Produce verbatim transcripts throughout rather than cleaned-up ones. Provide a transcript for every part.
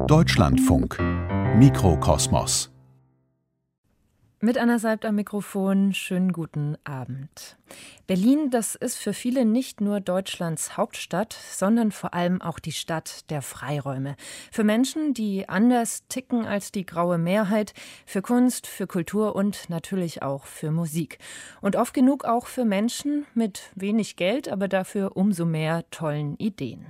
Deutschlandfunk Mikrokosmos. Mit Anna Seibt am Mikrofon, schönen guten Abend. Berlin, das ist für viele nicht nur Deutschlands Hauptstadt, sondern vor allem auch die Stadt der Freiräume. Für Menschen, die anders ticken als die graue Mehrheit, für Kunst, für Kultur und natürlich auch für Musik. Und oft genug auch für Menschen mit wenig Geld, aber dafür umso mehr tollen Ideen.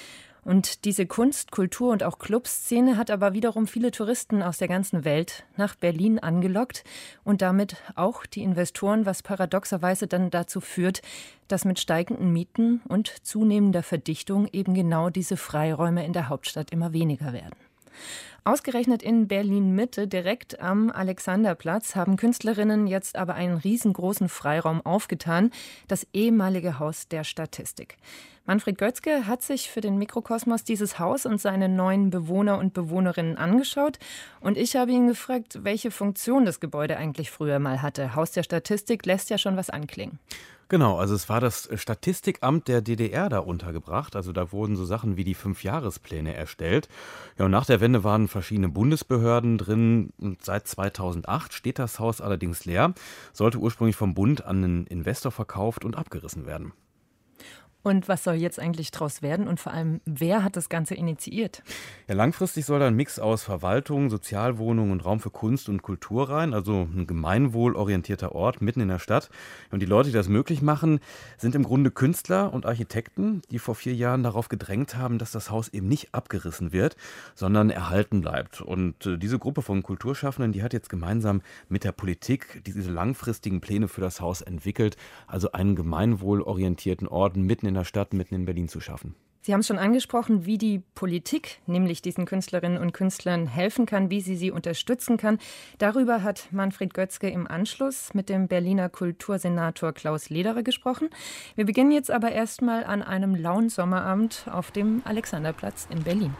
Und diese Kunst-, Kultur- und auch Clubszene hat aber wiederum viele Touristen aus der ganzen Welt nach Berlin angelockt und damit auch die Investoren, was paradoxerweise dann dazu führt, dass mit steigenden Mieten und zunehmender Verdichtung eben genau diese Freiräume in der Hauptstadt immer weniger werden. Ausgerechnet in Berlin-Mitte, direkt am Alexanderplatz, haben Künstlerinnen jetzt aber einen riesengroßen Freiraum aufgetan, das ehemalige Haus der Statistik. Manfred Götzke hat sich für den Mikrokosmos dieses Haus und seine neuen Bewohner und Bewohnerinnen angeschaut. Und ich habe ihn gefragt, welche Funktion das Gebäude eigentlich früher mal hatte. Haus der Statistik lässt ja schon was anklingen. Genau, also es war das Statistikamt der D D R da untergebracht. Also da wurden so Sachen wie die Fünfjahrespläne erstellt. Ja, und nach der Wende waren verschiedene Bundesbehörden drin. Und seit zweitausendacht steht das Haus allerdings leer. Sollte ursprünglich vom Bund an einen Investor verkauft und abgerissen werden. Und was soll jetzt eigentlich draus werden und vor allem, wer hat das Ganze initiiert? Ja, langfristig soll da ein Mix aus Verwaltung, Sozialwohnungen und Raum für Kunst und Kultur rein, also ein gemeinwohlorientierter Ort mitten in der Stadt. Und die Leute, die das möglich machen, sind im Grunde Künstler und Architekten, die vor vier Jahren darauf gedrängt haben, dass das Haus eben nicht abgerissen wird, sondern erhalten bleibt. Und äh, diese Gruppe von Kulturschaffenden, die hat jetzt gemeinsam mit der Politik diese langfristigen Pläne für das Haus entwickelt, also einen gemeinwohlorientierten Ort mitten in in der Stadt, mitten in Berlin zu schaffen. Sie haben es schon angesprochen, wie die Politik nämlich diesen Künstlerinnen und Künstlern helfen kann, wie sie sie unterstützen kann. Darüber hat Manfred Götzke im Anschluss mit dem Berliner Kultursenator Klaus Lederer gesprochen. Wir beginnen jetzt aber erstmal an einem lauen Sommerabend auf dem Alexanderplatz in Berlin.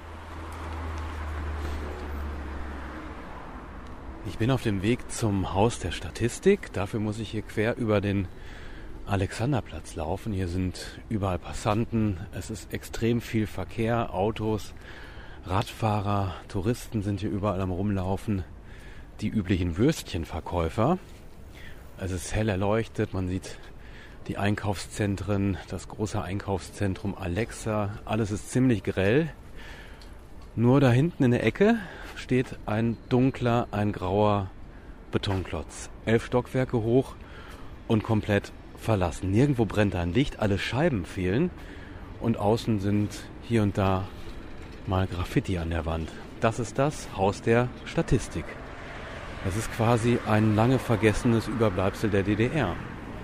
Ich bin auf dem Weg zum Haus der Statistik. Dafür muss ich hier quer über den Alexanderplatz laufen. Hier sind überall Passanten, es ist extrem viel Verkehr, Autos, Radfahrer, Touristen sind hier überall am Rumlaufen. Die üblichen Würstchenverkäufer. Es ist hell erleuchtet, man sieht die Einkaufszentren, das große Einkaufszentrum Alexa, alles ist ziemlich grell. Nur da hinten in der Ecke steht ein dunkler, ein grauer Betonklotz. Elf Stockwerke hoch und komplett verlassen. Nirgendwo brennt ein Licht, alle Scheiben fehlen und außen sind hier und da mal Graffiti an der Wand. Das ist das Haus der Statistik. Das ist quasi ein lange vergessenes Überbleibsel der D D R.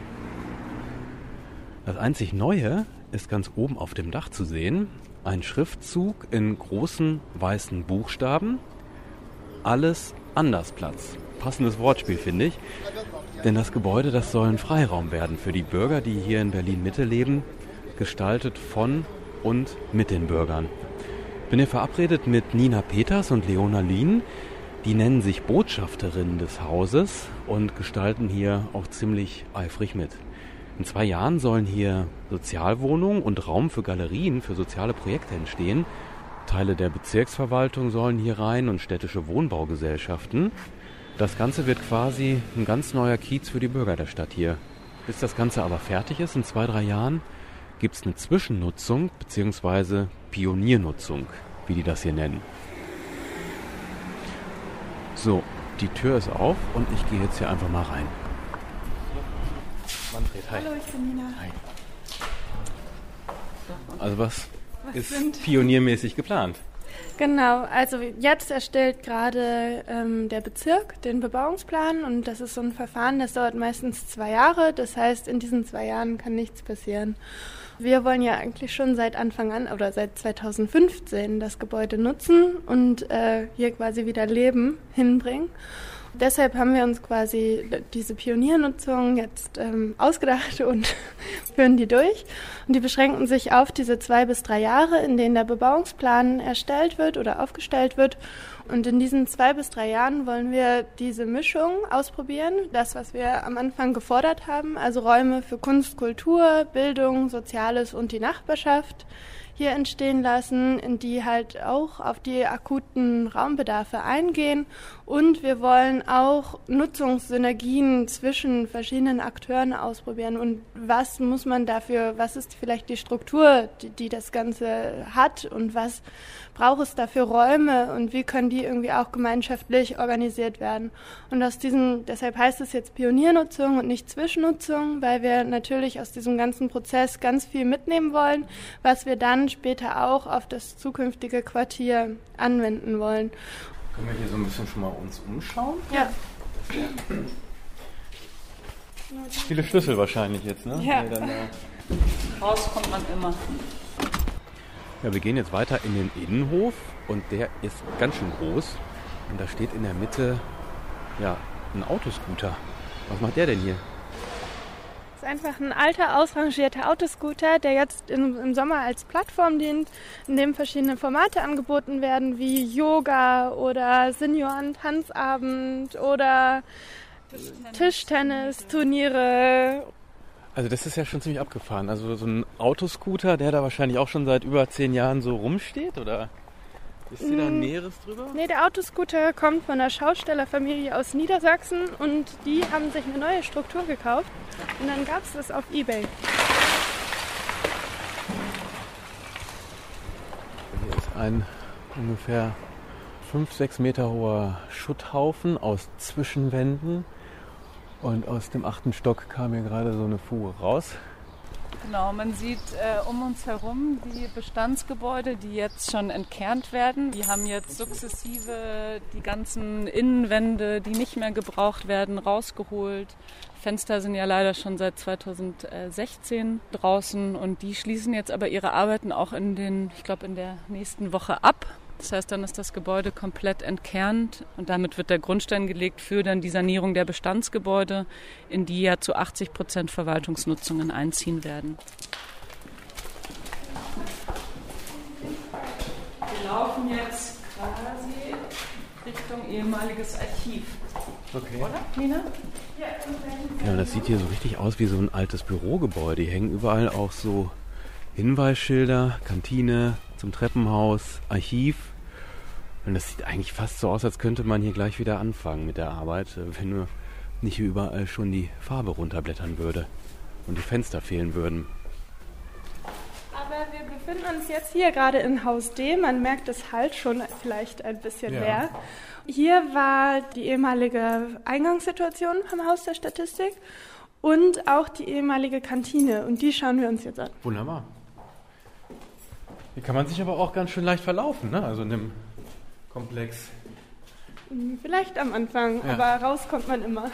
Das einzig Neue ist ganz oben auf dem Dach zu sehen, ein Schriftzug in großen weißen Buchstaben. Alles anders Platz. Passendes Wortspiel, finde ich. Denn das Gebäude, das soll ein Freiraum werden für die Bürger, die hier in Berlin-Mitte leben, gestaltet von und mit den Bürgern. Ich bin hier verabredet mit Nina Peters und Leona Lien. Die nennen sich Botschafterinnen des Hauses und gestalten hier auch ziemlich eifrig mit. In zwei Jahren sollen hier Sozialwohnungen und Raum für Galerien, für soziale Projekte entstehen. Teile der Bezirksverwaltung sollen hier rein und städtische Wohnbaugesellschaften. Das Ganze wird quasi ein ganz neuer Kiez für die Bürger der Stadt hier. Bis das Ganze aber fertig ist, in zwei, drei Jahren, gibt es eine Zwischennutzung bzw. Pioniernutzung, wie die das hier nennen. So, die Tür ist auf und ich gehe jetzt hier einfach mal rein. Manfred, hi. Hallo, ich bin Nina. Hi. Also was, was ist sind? pioniermäßig geplant? Genau, also jetzt erstellt gerade ähm, der Bezirk den Bebauungsplan und das ist so ein Verfahren, das dauert meistens zwei Jahre. Das heißt, in diesen zwei Jahren kann nichts passieren. Wir wollen ja eigentlich schon seit Anfang an oder seit zweitausendfünfzehn das Gebäude nutzen und äh, hier quasi wieder Leben hinbringen. Deshalb haben wir uns quasi diese Pioniernutzung jetzt ähm, ausgedacht und führen die durch. Und die beschränken sich auf diese zwei bis drei Jahre, in denen der Bebauungsplan erstellt wird oder aufgestellt wird. Und in diesen zwei bis drei Jahren wollen wir diese Mischung ausprobieren. Das, was wir am Anfang gefordert haben, also Räume für Kunst, Kultur, Bildung, Soziales und die Nachbarschaft. hier entstehen lassen, in die halt auch auf die akuten Raumbedarfe eingehen. Und wir wollen auch Nutzungssynergien zwischen verschiedenen Akteuren ausprobieren. Und was muss man dafür, was ist vielleicht die Struktur, die, die das Ganze hat und was braucht es dafür Räume und wie können die irgendwie auch gemeinschaftlich organisiert werden. Und aus diesem, deshalb heißt es jetzt Pioniernutzung und nicht Zwischennutzung, weil wir natürlich aus diesem ganzen Prozess ganz viel mitnehmen wollen, was wir dann später auch auf das zukünftige Quartier anwenden wollen. Können wir hier so ein bisschen schon mal uns umschauen? Ja. Viele Schlüssel wahrscheinlich jetzt, ne? Ja. Nee, dann, äh Raus kommt man immer. Ja, wir gehen jetzt weiter in den Innenhof und der ist ganz schön groß. Und da steht in der Mitte, ja, ein Autoscooter. Was macht der denn hier? Das ist einfach ein alter, ausrangierter Autoscooter, der jetzt im, im Sommer als Plattform dient, in dem verschiedene Formate angeboten werden, wie Yoga oder Senioren-Tanzabend oder Tischtennis-Turniere. Also das ist ja schon ziemlich abgefahren. Also so ein Autoscooter, der da wahrscheinlich auch schon seit über zehn Jahren so rumsteht, oder? Ist dir da Näheres drüber? Nee, der Autoscooter kommt von einer Schaustellerfamilie aus Niedersachsen und die haben sich eine neue Struktur gekauft und dann gab es das auf eBay. Hier ist ein ungefähr fünf, sechs Meter hoher Schutthaufen aus Zwischenwänden und aus dem achten Stock kam hier gerade so eine Fuge raus. Genau, man sieht äh, um uns herum die Bestandsgebäude, die jetzt schon entkernt werden. Die haben jetzt sukzessive die ganzen Innenwände, die nicht mehr gebraucht werden, rausgeholt. Fenster sind ja leider schon seit zweitausendsechzehn draußen und die schließen jetzt aber ihre Arbeiten auch in den, ich glaube, in der nächsten Woche ab. Das heißt, dann ist das Gebäude komplett entkernt und damit wird der Grundstein gelegt für dann die Sanierung der Bestandsgebäude, in die ja zu achtzig Prozent Verwaltungsnutzungen einziehen werden. Wir laufen jetzt quasi Richtung ehemaliges Archiv. Okay. Oder, Nina? Ja, das sieht hier so richtig aus wie so ein altes Bürogebäude. Hier hängen überall auch so Hinweisschilder, Kantine zum Treppenhaus, Archiv. Und das sieht eigentlich fast so aus, als könnte man hier gleich wieder anfangen mit der Arbeit, wenn nur nicht hier überall schon die Farbe runterblättern würde und die Fenster fehlen würden. Aber wir befinden uns jetzt hier gerade in Haus D. Man merkt es halt schon vielleicht ein bisschen Ja. mehr. Hier war die ehemalige Eingangssituation vom Haus der Statistik und auch die ehemalige Kantine. Und die schauen wir uns jetzt an. Wunderbar. Hier kann man sich aber auch ganz schön leicht verlaufen, ne? Also in dem Komplex. Vielleicht am Anfang, Ja. aber raus kommt man immer.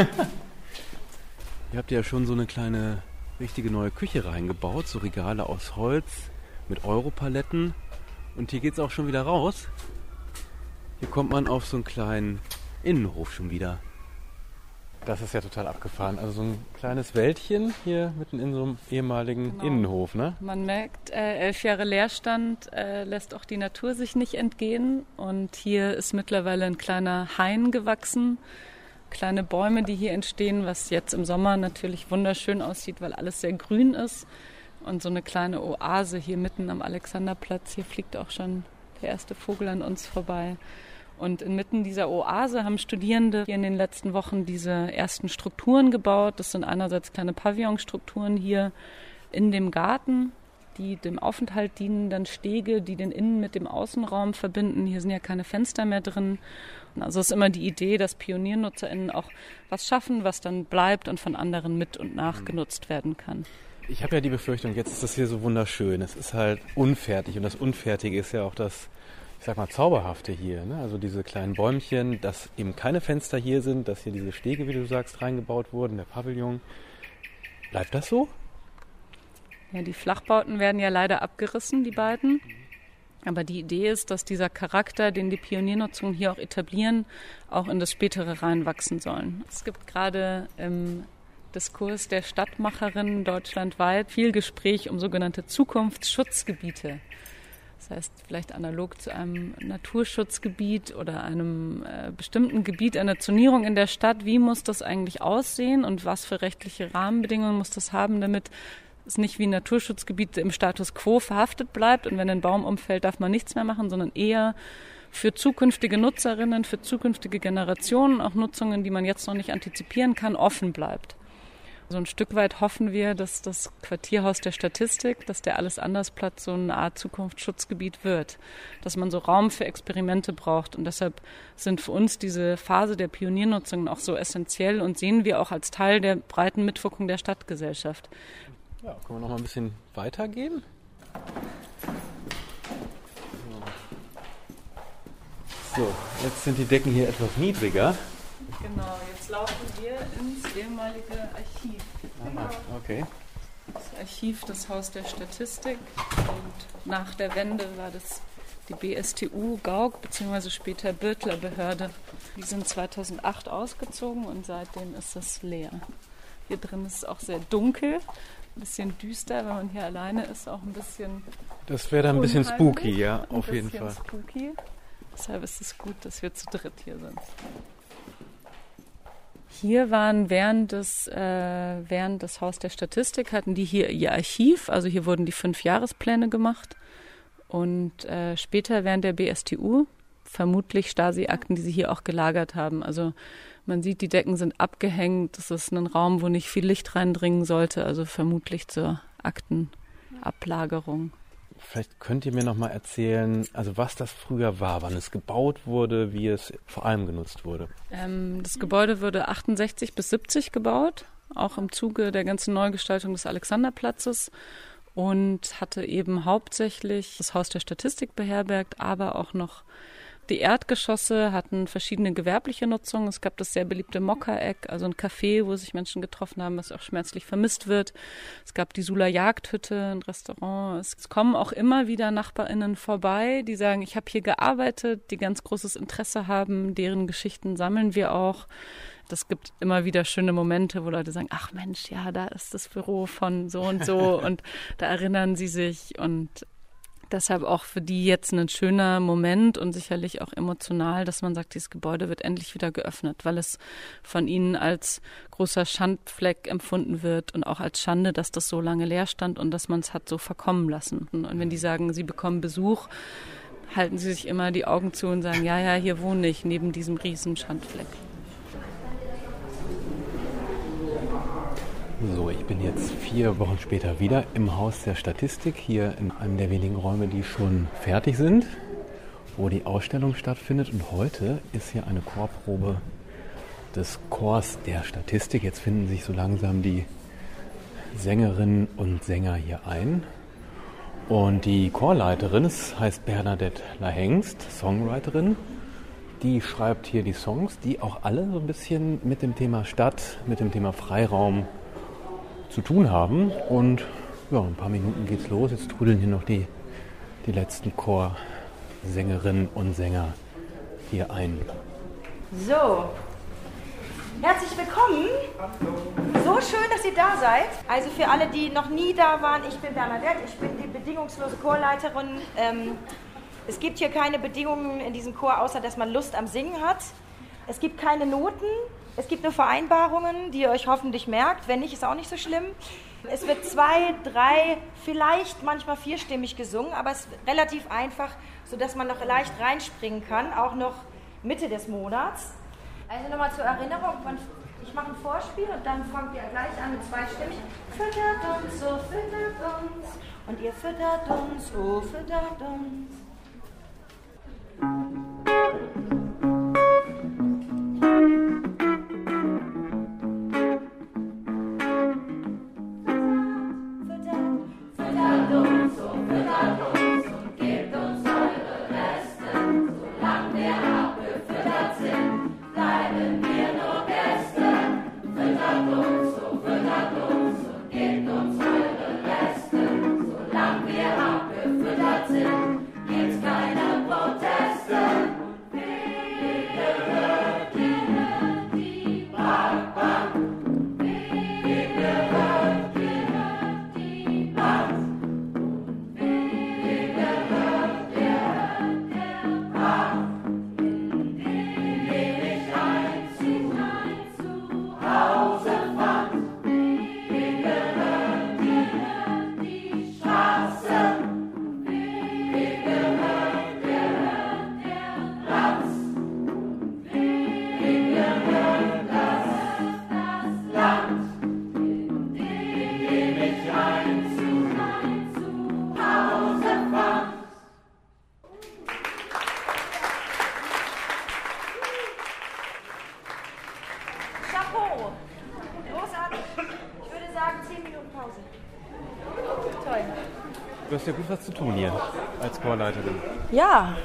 Ihr habt ja schon so eine kleine, richtige neue Küche reingebaut, so Regale aus Holz mit Europaletten. Und hier geht's auch schon wieder raus. Hier kommt man auf so einen kleinen Innenhof schon wieder. Das ist ja total abgefahren. Also so ein kleines Wäldchen hier mitten in so einem ehemaligen Genau. Innenhof, ne? Man merkt, äh, elf Jahre Leerstand äh, lässt auch die Natur sich nicht entgehen. Und hier ist mittlerweile ein kleiner Hain gewachsen. Kleine Bäume, die hier entstehen, was jetzt im Sommer natürlich wunderschön aussieht, weil alles sehr grün ist. Und so eine kleine Oase hier mitten am Alexanderplatz. Hier fliegt auch schon der erste Vogel an uns vorbei. Und inmitten dieser Oase haben Studierende hier in den letzten Wochen diese ersten Strukturen gebaut. Das sind einerseits kleine Pavillonstrukturen hier in dem Garten, die dem Aufenthalt dienen, dann Stege, die den Innen- mit dem Außenraum verbinden. Hier sind ja keine Fenster mehr drin. Also es ist immer die Idee, dass PioniernutzerInnen auch was schaffen, was dann bleibt und von anderen mit- und nachgenutzt werden kann. Ich habe ja die Befürchtung, jetzt ist das hier so wunderschön. Es ist halt unfertig und das Unfertige ist ja auch das, ich sag mal, Zauberhafte hier, ne? Also diese kleinen Bäumchen, dass eben keine Fenster hier sind, dass hier diese Stege, wie du sagst, reingebaut wurden, der Pavillon. Bleibt das so? Ja, die Flachbauten werden ja leider abgerissen, die beiden. Aber die Idee ist, dass dieser Charakter, den die Pioniernutzung hier auch etablieren, auch in das Spätere reinwachsen sollen. Es gibt gerade im Diskurs der Stadtmacherinnen deutschlandweit viel Gespräch um sogenannte Zukunftsschutzgebiete. Das heißt, vielleicht analog zu einem Naturschutzgebiet oder einem äh, bestimmten Gebiet einer Zonierung in der Stadt. Wie muss das eigentlich aussehen und was für rechtliche Rahmenbedingungen muss das haben, damit ist nicht wie ein Naturschutzgebiet im Status quo verhaftet bleibt und wenn ein Baum umfällt, darf man nichts mehr machen, sondern eher für zukünftige Nutzerinnen, für zukünftige Generationen, auch Nutzungen, die man jetzt noch nicht antizipieren kann, offen bleibt. So ein Stück weit hoffen wir, dass das Quartierhaus der Statistik, dass der Alles-Anders-Platz so eine Art Zukunftsschutzgebiet wird, dass man so Raum für Experimente braucht. Und deshalb sind für uns diese Phase der Pioniernutzungen auch so essentiell und sehen wir auch als Teil der breiten Mitwirkung der Stadtgesellschaft. Ja, können wir noch mal ein bisschen weitergehen? So, jetzt sind die Decken hier etwas niedriger. Genau, jetzt laufen wir ins ehemalige Archiv. Ah, okay. Das Archiv, das Haus der Statistik. Und nach der Wende war das die B S T U Gauck bzw. später Birtler Behörde. Die sind zweitausendacht ausgezogen und seitdem ist es leer. Hier drin ist es auch sehr dunkel, ein bisschen düster, wenn man hier alleine ist, auch ein bisschen Das wäre dann ein bisschen spooky, ja, auf jeden Fall. Ein bisschen spooky. Deshalb ist es gut, dass wir zu dritt hier sind. Hier waren während des, äh, während des Haus der Statistik, hatten die hier ihr Archiv, also hier wurden die fünf Jahrespläne gemacht und äh, später während der B S T U vermutlich Stasi-Akten, die sie hier auch gelagert haben. Also man sieht, die Decken sind abgehängt, das ist ein Raum, wo nicht viel Licht reindringen sollte, also vermutlich zur Aktenablagerung. Vielleicht könnt ihr mir noch mal erzählen, also was das früher war, wann es gebaut wurde, wie es vor allem genutzt wurde. Ähm, das Gebäude wurde achtundsechzig bis siebzig gebaut, auch im Zuge der ganzen Neugestaltung des Alexanderplatzes und hatte eben hauptsächlich das Haus der Statistik beherbergt, aber auch noch die Erdgeschosse hatten verschiedene gewerbliche Nutzungen. Es gab das sehr beliebte Mokka-Eck, also ein Café, wo sich Menschen getroffen haben, was auch schmerzlich vermisst wird. Es gab die Sula Jagdhütte, ein Restaurant. Es kommen auch immer wieder NachbarInnen vorbei, die sagen, ich habe hier gearbeitet, die ganz großes Interesse haben. Deren Geschichten sammeln wir auch. Das gibt immer wieder schöne Momente, wo Leute sagen, ach Mensch, ja, da ist das Büro von so und so und da erinnern sie sich und deshalb auch für die jetzt ein schöner Moment und sicherlich auch emotional, dass man sagt, dieses Gebäude wird endlich wieder geöffnet, weil es von ihnen als großer Schandfleck empfunden wird und auch als Schande, dass das so lange leer stand und dass man es hat so verkommen lassen. Und wenn die sagen, sie bekommen Besuch, halten sie sich immer die Augen zu und sagen, ja, ja, hier wohne ich neben diesem riesen Schandfleck. So, ich bin jetzt vier Wochen später wieder im Haus der Statistik, hier in einem der wenigen Räume, die schon fertig sind, wo die Ausstellung stattfindet. Und heute ist hier eine Chorprobe des Chors der Statistik. Jetzt finden sich so langsam die Sängerinnen und Sänger hier ein. Und die Chorleiterin, das heißt Bernadette Lahengst, Songwriterin, die schreibt hier die Songs, die auch alle so ein bisschen mit dem Thema Stadt, mit dem Thema Freiraum zu tun haben. Und ja, in ein paar Minuten geht's los. Jetzt trudeln hier noch die, die letzten Chorsängerinnen und Sänger hier ein. So, herzlich willkommen. So schön, dass ihr da seid. Also für alle, die noch nie da waren, ich bin Bernadette, ich bin die bedingungslose Chorleiterin. Ähm, es gibt hier keine Bedingungen in diesem Chor, außer dass man Lust am Singen hat. Es gibt keine Noten. Es gibt nur Vereinbarungen, die ihr euch hoffentlich merkt. Wenn nicht, ist auch nicht so schlimm. Es wird zwei, drei, vielleicht manchmal vierstimmig gesungen, aber es ist relativ einfach, sodass man noch leicht reinspringen kann, auch noch Mitte des Monats. Also nochmal zur Erinnerung, ich mache ein Vorspiel und dann fangt ihr gleich an mit zweistimmig. Füttert uns, oh füttert uns, und ihr füttert uns, oh füttert uns. Gebt Du hast ja gut was zu tun hier als Chorleiterin. Ja.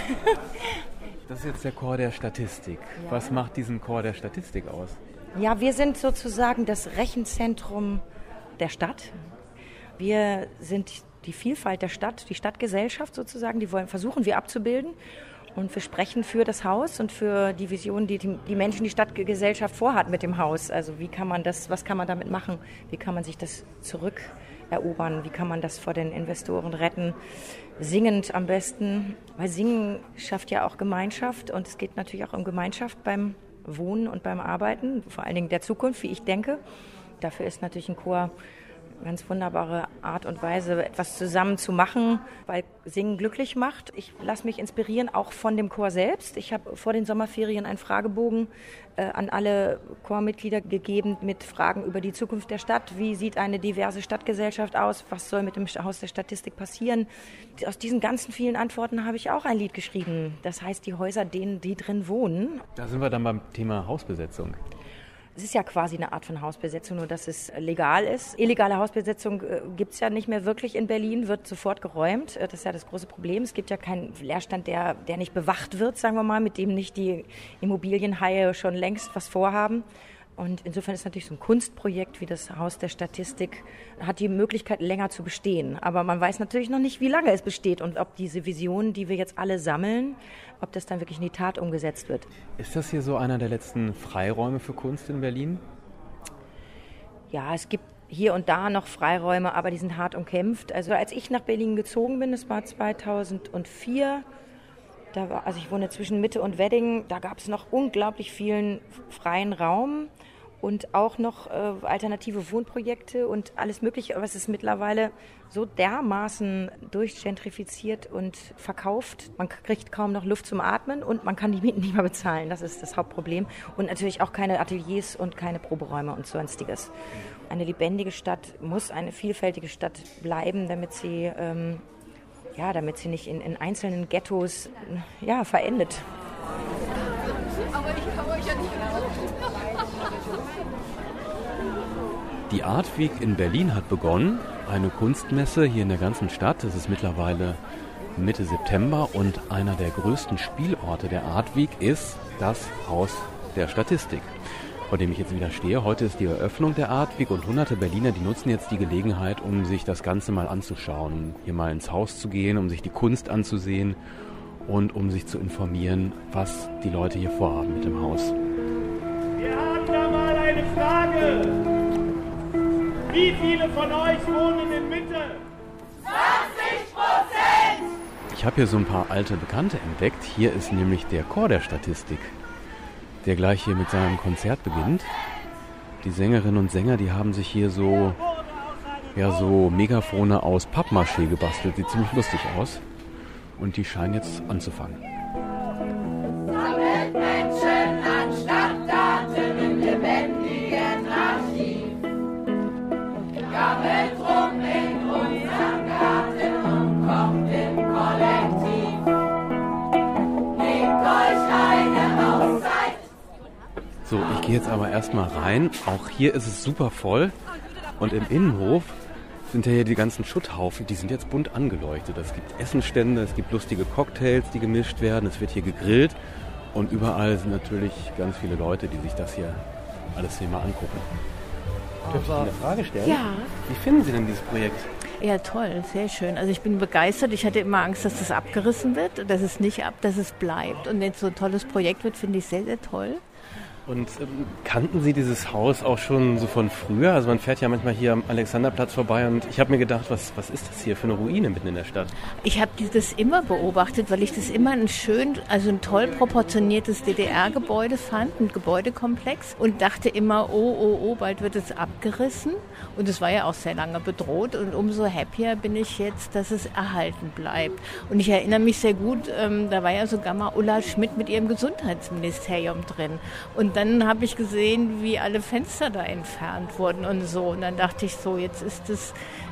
Das ist jetzt der Chor der Statistik. Ja. Was macht diesen Chor der Statistik aus? Ja, wir sind sozusagen das Rechenzentrum der Stadt. Wir sind die Vielfalt der Stadt, die Stadtgesellschaft sozusagen, die wollen, versuchen wir abzubilden. Und wir sprechen für das Haus und für die Vision, die die Menschen, die Stadtgesellschaft vorhat mit dem Haus. Also wie kann man das, was kann man damit machen? Wie kann man sich das zurückerobern? Wie kann man das vor den Investoren retten? Singend am besten, weil Singen schafft ja auch Gemeinschaft und es geht natürlich auch um Gemeinschaft beim Wohnen und beim Arbeiten, vor allen Dingen der Zukunft, wie ich denke. Dafür ist natürlich ein Chor eine ganz wunderbare Art und Weise, etwas zusammen zu machen, weil Singen glücklich macht. Ich lasse mich inspirieren, auch von dem Chor selbst. Ich habe vor den Sommerferien einen Fragebogen äh, an alle Chormitglieder gegeben mit Fragen über die Zukunft der Stadt. Wie sieht eine diverse Stadtgesellschaft aus? Was soll mit dem Haus der Statistik passieren? Aus diesen ganzen vielen Antworten habe ich auch ein Lied geschrieben. Das heißt, die Häuser, denen die drin wohnen. Da sind wir dann beim Thema Hausbesetzung. Es ist ja quasi eine Art von Hausbesetzung, nur dass es legal ist. Illegale Hausbesetzung äh, gibt es ja nicht mehr wirklich in Berlin, wird sofort geräumt. Das ist ja das große Problem. Es gibt ja keinen Leerstand, der, der nicht bewacht wird, sagen wir mal, mit dem nicht die Immobilienhaie schon längst was vorhaben. Und insofern ist natürlich so ein Kunstprojekt wie das Haus der Statistik, hat die Möglichkeit, länger zu bestehen. Aber man weiß natürlich noch nicht, wie lange es besteht und ob diese Vision, die wir jetzt alle sammeln, ob das dann wirklich in die Tat umgesetzt wird. Ist das hier so einer der letzten Freiräume für Kunst in Berlin? Ja, es gibt hier und da noch Freiräume, aber die sind hart umkämpft. Also als ich nach Berlin gezogen bin, das war zweitausendvier, da war, also ich wohne zwischen Mitte und Wedding, da gab es noch unglaublich vielen freien Raum und auch noch äh, alternative Wohnprojekte und alles Mögliche. Aber es ist mittlerweile so dermaßen durchgentrifiziert und verkauft. Man kriegt kaum noch Luft zum Atmen und man kann die Mieten nicht mehr bezahlen. Das ist das Hauptproblem. Und natürlich auch keine Ateliers und keine Proberäume und sonstiges. Eine lebendige Stadt muss eine vielfältige Stadt bleiben, damit sie, ähm, ja, damit sie nicht in, in einzelnen Ghettos ja, verendet. Aber ich kann euch ja nicht Die Art Week in Berlin hat begonnen, eine Kunstmesse hier in der ganzen Stadt. Es ist mittlerweile Mitte September und einer der größten Spielorte der Art Week ist das Haus der Statistik, vor dem ich jetzt wieder stehe. Heute ist die Eröffnung der Art Week und hunderte Berliner, die nutzen jetzt die Gelegenheit, um sich das Ganze mal anzuschauen, hier mal ins Haus zu gehen, um sich die Kunst anzusehen und um sich zu informieren, was die Leute hier vorhaben mit dem Haus. Wir haben da mal eine Frage. Wie viele von euch wohnen in Mitte? zwanzig Prozent! Ich habe hier so ein paar alte Bekannte entdeckt. Hier ist nämlich der Chor der Statistik, der gleich hier mit seinem Konzert beginnt. Die Sängerinnen und Sänger, die haben sich hier so, ja, so Megafone aus Pappmaché gebastelt. Sieht ziemlich lustig aus. Und die scheinen jetzt anzufangen. Sammelt Menschen an Stadtdaten im lebendigen Archiv. Gammelt rum in unserem Garten und kommt im Kollektiv. Nehmt euch eine Auszeit. So, ich gehe jetzt aber erstmal rein. Auch hier ist es super voll. Und im Innenhof sind ja hier die ganzen Schutthaufen, die sind jetzt bunt angeleuchtet. Es gibt Essenstände, es gibt lustige Cocktails, die gemischt werden, es wird hier gegrillt und überall sind natürlich ganz viele Leute, die sich das hier alles hier mal angucken. Darf ich eine Frage stellen? Ja. Wie finden Sie denn dieses Projekt? Ja, toll, sehr schön. Also ich bin begeistert. Ich hatte immer Angst, dass das abgerissen wird, dass es nicht ab, dass es bleibt. Und wenn es so ein tolles Projekt wird, finde ich sehr, sehr toll. Und ähm, kannten Sie dieses Haus auch schon so von früher? Also man fährt ja manchmal hier am Alexanderplatz vorbei und ich habe mir gedacht, was, was ist das hier für eine Ruine mitten in der Stadt? Ich habe das immer beobachtet, weil ich das immer ein schön, also ein toll proportioniertes D D R-Gebäude fand, ein Gebäudekomplex und dachte immer, oh, oh, oh, bald wird es abgerissen. Und es war ja auch sehr lange bedroht und umso happier bin ich jetzt, dass es erhalten bleibt. Und ich erinnere mich sehr gut, ähm, da war ja sogar mal Ulla Schmidt mit ihrem Gesundheitsministerium drin. Und dann habe ich gesehen, wie alle Fenster da entfernt wurden und so. Und dann dachte ich so, jetzt ist es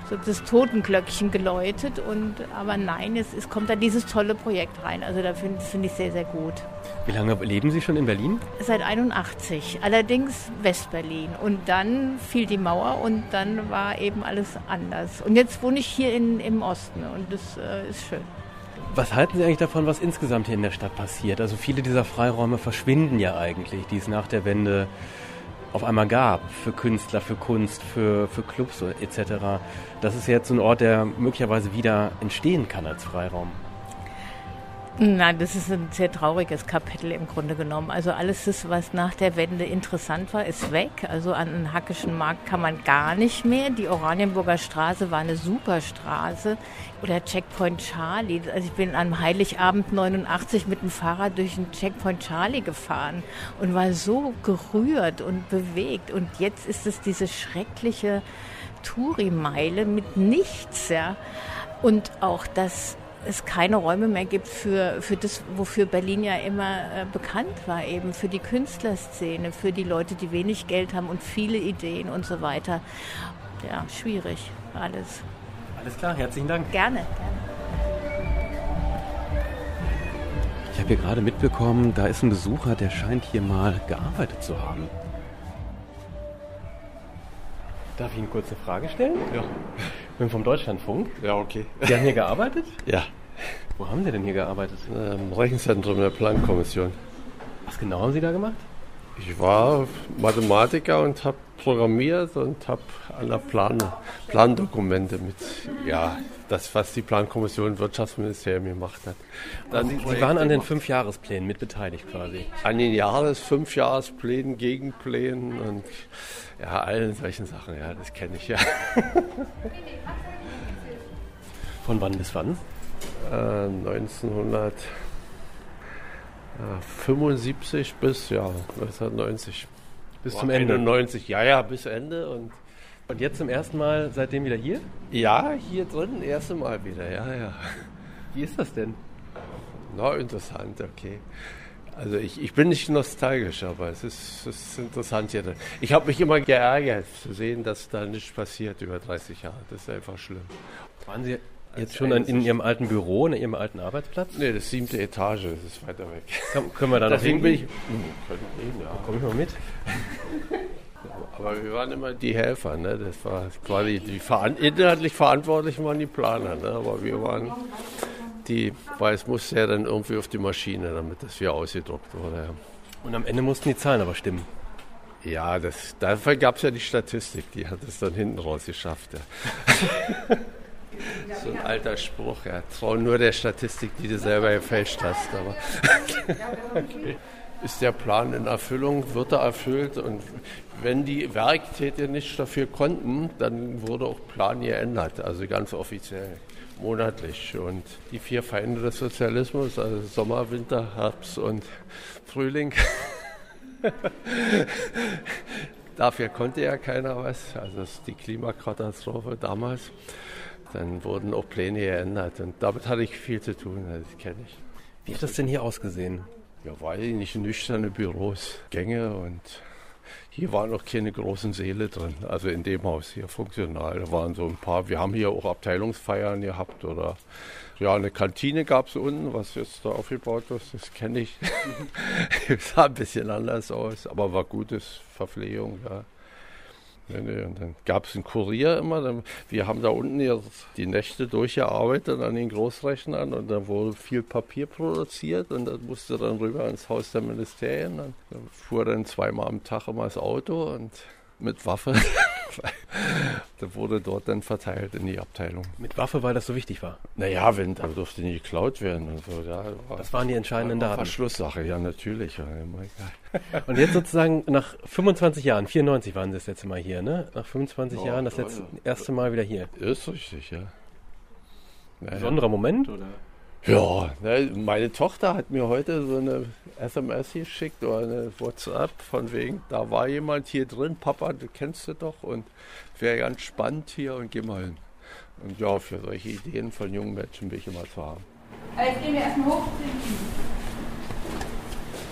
so das Totenglöckchen geläutet. Und, aber nein, es, es kommt da dieses tolle Projekt rein. Also da finde find ich sehr, sehr gut. Wie lange leben Sie schon in Berlin? Seit einundachtzig, allerdings Westberlin. Und dann fiel die Mauer und dann war eben alles anders. Und jetzt wohne ich hier in, im Osten und das äh, ist schön. Was halten Sie eigentlich davon, was insgesamt hier in der Stadt passiert? Also viele dieser Freiräume verschwinden ja eigentlich, die es nach der Wende auf einmal gab, für Künstler, für Kunst, für, für Clubs et cetera. Das ist jetzt so ein Ort, der möglicherweise wieder entstehen kann als Freiraum. Nein, das ist ein sehr trauriges Kapitel im Grunde genommen. Also alles, das, was nach der Wende interessant war, ist weg. Also an den Hackischen Markt kann man gar nicht mehr. Die Oranienburger Straße war eine super Straße. Oder Checkpoint Charlie. Also ich bin am Heiligabend neunundachtzig mit dem Fahrrad durch den Checkpoint Charlie gefahren und war so gerührt und bewegt. Und jetzt ist es diese schreckliche Touri-Meile mit nichts. Ja. Und auch das es keine Räume mehr gibt für, für das, wofür Berlin ja immer äh, bekannt war, eben für die Künstlerszene, für die Leute, die wenig Geld haben und viele Ideen und so weiter. Ja, schwierig alles. Alles klar, herzlichen Dank. Gerne, gerne. Ich habe hier gerade mitbekommen, da ist ein Besucher, der scheint hier mal gearbeitet zu haben. Darf ich Ihnen kurz eine Frage stellen? Ja. Ich bin vom Deutschlandfunk. Ja, okay. Sie haben hier gearbeitet? Ja. Wo haben Sie denn hier gearbeitet? Im Rechenzentrum der Plankommission. Was genau haben Sie da gemacht? Ich war Mathematiker und habe programmiert und habe an der Plan, Plandokumente mit, ja, das, was die Plankommission im Wirtschaftsministerium gemacht hat. Dann Sie, Sie waren an den Fünfjahresplänen mit beteiligt quasi? An den Jahres-, Fünfjahresplänen, Gegenplänen und ja, allen solchen Sachen, ja, das kenne ich ja. Von wann bis wann? Äh, neunzehnhundertfünfundsiebzig bis ja, neunzehnhundertneunzig. Bis zum Ende? einundneunzig, ja, ja, bis Ende. Und, und jetzt zum ersten Mal seitdem wieder hier? Ja, hier drin, erste Mal wieder, ja, ja. Wie ist das denn? Na, interessant, okay. Also ich, ich bin nicht nostalgisch, aber es ist, es ist interessant hier. Ich habe mich immer geärgert zu sehen, dass da nichts passiert über dreißig Jahre. Das ist einfach schlimm. Waren Sie jetzt schon an, in Ihrem alten Büro, in Ihrem alten Arbeitsplatz? Nee, das siebte Etage, das ist weiter weg. Komm, können wir da noch hin? Bin ich, hm, ja. Komm ich mal mit? Aber wir waren immer die Helfer, ne? Das war quasi die inhaltlich Verantwortlichen waren die Planer, ne? Aber wir waren die, weil es musste ja dann irgendwie auf die Maschine, damit das wieder ausgedruckt wurde. Ja. Und am Ende mussten die Zahlen aber stimmen. Ja, das, dafür gab es ja die Statistik, die hat es dann hinten raus geschafft. Ja. So ein alter Spruch, ja. Trau nur der Statistik, die du selber gefälscht hast. Aber okay. Ist der Plan in Erfüllung, wird er erfüllt und wenn die Werktäter nichts dafür konnten, dann wurde auch Plan geändert, also ganz offiziell, monatlich. Und die vier Feinde des Sozialismus, also Sommer, Winter, Herbst und Frühling, dafür konnte ja keiner was, also das ist die Klimakatastrophe damals. Dann wurden auch Pläne geändert und damit hatte ich viel zu tun, das kenne ich. Wie hat das denn hier ausgesehen? Ja, weiß ich nicht, nüchterne Büros, Gänge und hier waren noch keine großen Säle drin, also in dem Haus hier funktional. Da waren so ein paar, wir haben hier auch Abteilungsfeiern gehabt oder ja, eine Kantine gab es unten, was jetzt da aufgebaut ist, das kenne ich. Es sah ein bisschen anders aus, aber war gutes Verpflegung, ja. Nee, nee. Und dann gab es einen Kurier immer. Wir haben da unten jetzt die Nächte durchgearbeitet an den Großrechnern und da wurde viel Papier produziert und das musste dann rüber ins Haus der Ministerien. Dann fuhr dann zweimal am Tag immer das Auto und mit Waffe. Da wurde dort dann verteilt in die Abteilung. Mit Waffe, weil das so wichtig war? Naja, wenn, da durfte nicht geklaut werden. Und so, ja, war, das waren die entscheidenden Daten? Verschlusssache, ja natürlich. Und jetzt sozusagen nach fünfundzwanzig Jahren, vierundneunzig waren Sie das letzte Mal hier, ne? Nach fünfundzwanzig ja, Jahren das letzte, erste Mal wieder hier. Ist richtig, ja. Naja. Besonderer Moment, oder? Ja, ne, meine Tochter hat mir heute so eine S M S geschickt oder eine WhatsApp von wegen, da war jemand hier drin, Papa, du kennst du doch und wäre ganz spannend hier und geh mal hin. Und ja, für solche Ideen von jungen Menschen bin ich immer zu haben. Jetzt gehen wir erstmal hoch.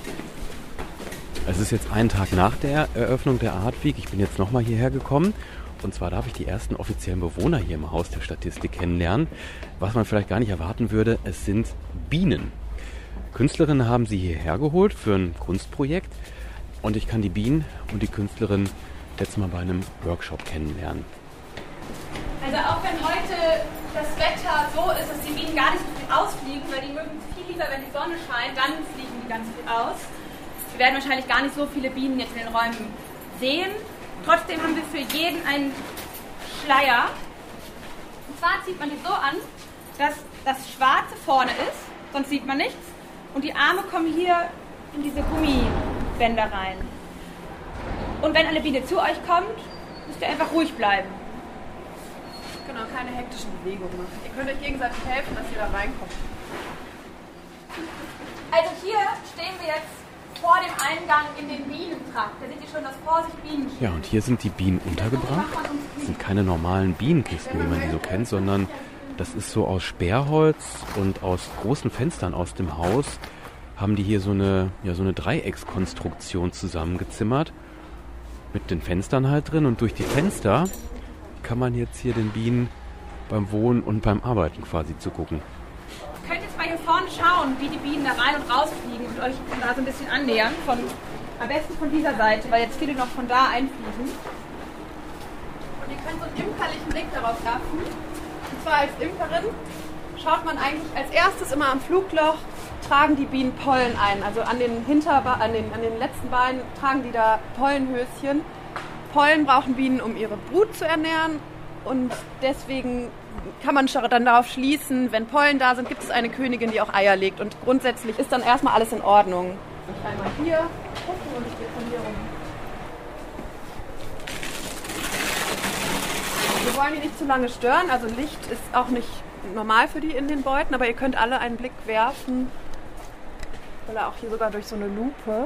Es ist jetzt ein Tag nach der Eröffnung der Art Week. Ich bin jetzt nochmal hierher gekommen Und zwar darf ich die ersten offiziellen Bewohner hier im Haus der Statistik kennenlernen. Was man vielleicht gar nicht erwarten würde, es sind Bienen. Künstlerinnen haben sie hierher geholt für ein Kunstprojekt. Und ich kann die Bienen und die Künstlerin jetzt mal bei einem Workshop kennenlernen. Also auch wenn heute das Wetter so ist, dass die Bienen gar nicht so viel ausfliegen, weil die mögen viel lieber, wenn die Sonne scheint, dann fliegen die ganz viel aus. Wir werden wahrscheinlich gar nicht so viele Bienen jetzt in den Räumen sehen. Trotzdem haben wir für jeden einen Schleier. Und zwar zieht man die so an, dass das Schwarze vorne ist, sonst sieht man nichts. Und die Arme kommen hier in diese Gummibänder rein. Und wenn eine Biene zu euch kommt, müsst ihr einfach ruhig bleiben. Genau, keine hektischen Bewegungen machen. Ihr könnt euch gegenseitig helfen, dass ihr da reinkommt. Also hier stehen wir jetzt vor dem Eingang in den Bienentrakt. Da seht ihr schon, dass vor sich Bienen stehen. Ja, und hier sind die Bienen untergebracht. Das sind keine normalen Bienenkisten, wie man die so kennt, sondern das ist so aus Sperrholz und aus großen Fenstern aus dem Haus haben die hier so eine, ja, so eine Dreieckskonstruktion zusammengezimmert. Mit den Fenstern halt drin. Und durch die Fenster kann man jetzt hier den Bienen beim Wohnen und beim Arbeiten quasi zugucken. Ihr könnt jetzt mal hier vorne schauen, wie die Bienen da rein und rausfliegen und euch da so ein bisschen annähern. Von, am besten von dieser Seite, weil jetzt viele noch von da einfliegen. Und ihr könnt so einen imkerlichen Blick darauf werfen. Und zwar als Imkerin schaut man eigentlich als erstes immer am Flugloch, tragen die Bienen Pollen ein. Also an den, Hinterba- an den, an den letzten Beinen tragen die da Pollenhöschen. Pollen brauchen Bienen, um ihre Brut zu ernähren. Und deswegen kann man dann darauf schließen, wenn Pollen da sind, gibt es eine Königin, die auch Eier legt. Und grundsätzlich ist dann erstmal alles in Ordnung. Ich einmal hier gucken und ich gehe von hier rum. Wir wollen die nicht zu lange stören. Also Licht ist auch nicht normal für die in den Beuten, aber ihr könnt alle einen Blick werfen, oder auch hier sogar durch so eine Lupe,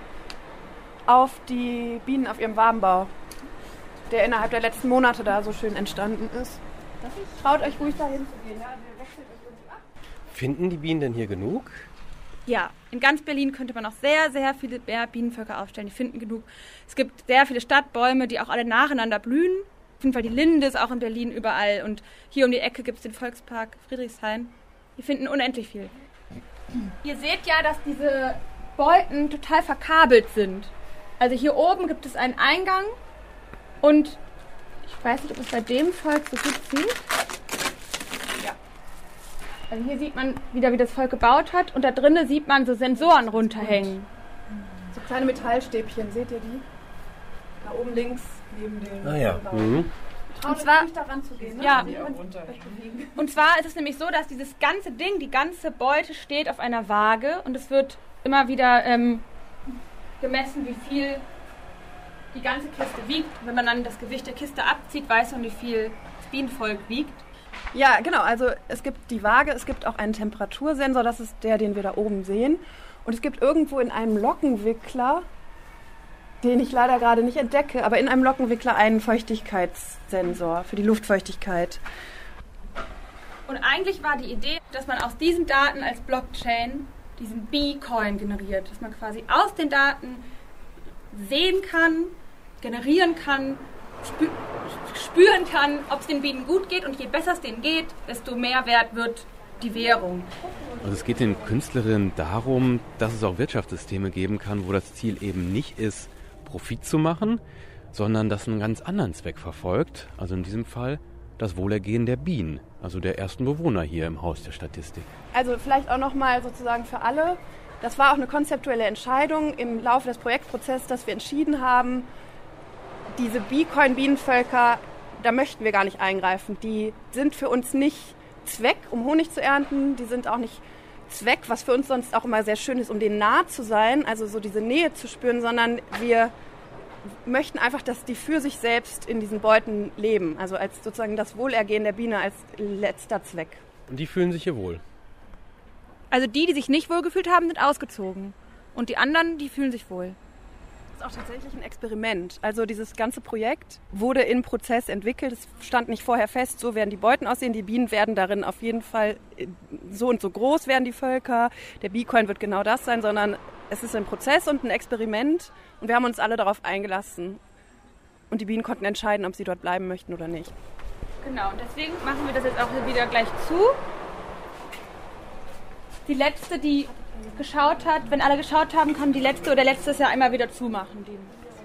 auf die Bienen auf ihrem Wabenbau, der innerhalb der letzten Monate da so schön entstanden ist. Traut euch ruhig dahin zu gehen. Ja, wir wechseln euch irgendwie ab. Finden die Bienen denn hier genug? Ja, in ganz Berlin könnte man noch sehr, sehr viele mehr Bienenvölker aufstellen. Die finden genug. Es gibt sehr viele Stadtbäume, die auch alle nacheinander blühen. Auf jeden Fall die Linde ist auch in Berlin überall. Und hier um die Ecke gibt es den Volkspark Friedrichshain. Die finden unendlich viel. Ihr seht ja, dass diese Beuten total verkabelt sind. Also hier oben gibt es einen Eingang und ich weiß nicht, ob es bei dem Volk so gut sieht. Ja. Also hier sieht man wieder, wie das Volk gebaut hat und da drinnen sieht man so Sensoren runterhängen. So kleine Metallstäbchen, seht ihr die? Da oben links neben den... Ah ja. Mhm. Und zwar nicht daran zu gehen, ne? Ja. Und zwar ist es nämlich so, dass dieses ganze Ding, die ganze Beute steht auf einer Waage und es wird immer wieder ähm, gemessen, wie viel die ganze Kiste wiegt. Wenn man dann das Gewicht der Kiste abzieht, weiß man, wie viel das Bienenvolk wiegt. Ja, genau. Also es gibt die Waage, es gibt auch einen Temperatursensor, das ist der, den wir da oben sehen. Und es gibt irgendwo in einem Lockenwickler, den ich leider gerade nicht entdecke, aber in einem Lockenwickler einen Feuchtigkeitssensor für die Luftfeuchtigkeit. Und eigentlich war die Idee, dass man aus diesen Daten als Blockchain diesen Bee-Coin generiert, dass man quasi aus den Daten sehen kann, generieren kann, spü- spüren kann, ob es den Bienen gut geht und je besser es denen geht, desto mehr wert wird die Währung. Also es geht den Künstlerinnen darum, dass es auch Wirtschaftssysteme geben kann, wo das Ziel eben nicht ist, Profit zu machen, sondern das einen ganz anderen Zweck verfolgt. Also in diesem Fall das Wohlergehen der Bienen, also der ersten Bewohner hier im Haus der Statistik. Also vielleicht auch nochmal sozusagen für alle, das war auch eine konzeptuelle Entscheidung im Laufe des Projektprozesses, dass wir entschieden haben, diese Bee-Coin-Bienenvölker, da möchten wir gar nicht eingreifen. Die sind für uns nicht Zweck, um Honig zu ernten, die sind auch nicht Zweck, was für uns sonst auch immer sehr schön ist, um denen nah zu sein, also so diese Nähe zu spüren, sondern wir möchten einfach, dass die für sich selbst in diesen Beuten leben, also als sozusagen das Wohlergehen der Biene als letzter Zweck. Und die fühlen sich hier wohl? Also die, die sich nicht wohlgefühlt haben, sind ausgezogen. Und die anderen, die fühlen sich wohl. Das ist auch tatsächlich ein Experiment. Also dieses ganze Projekt wurde im Prozess entwickelt. Es stand nicht vorher fest, so werden die Beuten aussehen. Die Bienen werden darin auf jeden Fall so und so groß werden die Völker. Der Bee-Coin wird genau das sein, sondern es ist ein Prozess und ein Experiment. Und wir haben uns alle darauf eingelassen. und die Bienen konnten entscheiden, ob sie dort bleiben möchten oder nicht. Genau, und deswegen machen wir das jetzt auch wieder gleich zu. Die letzte, die geschaut hat, wenn alle geschaut haben, kann die letzte oder letztes Jahr einmal wieder zumachen. Die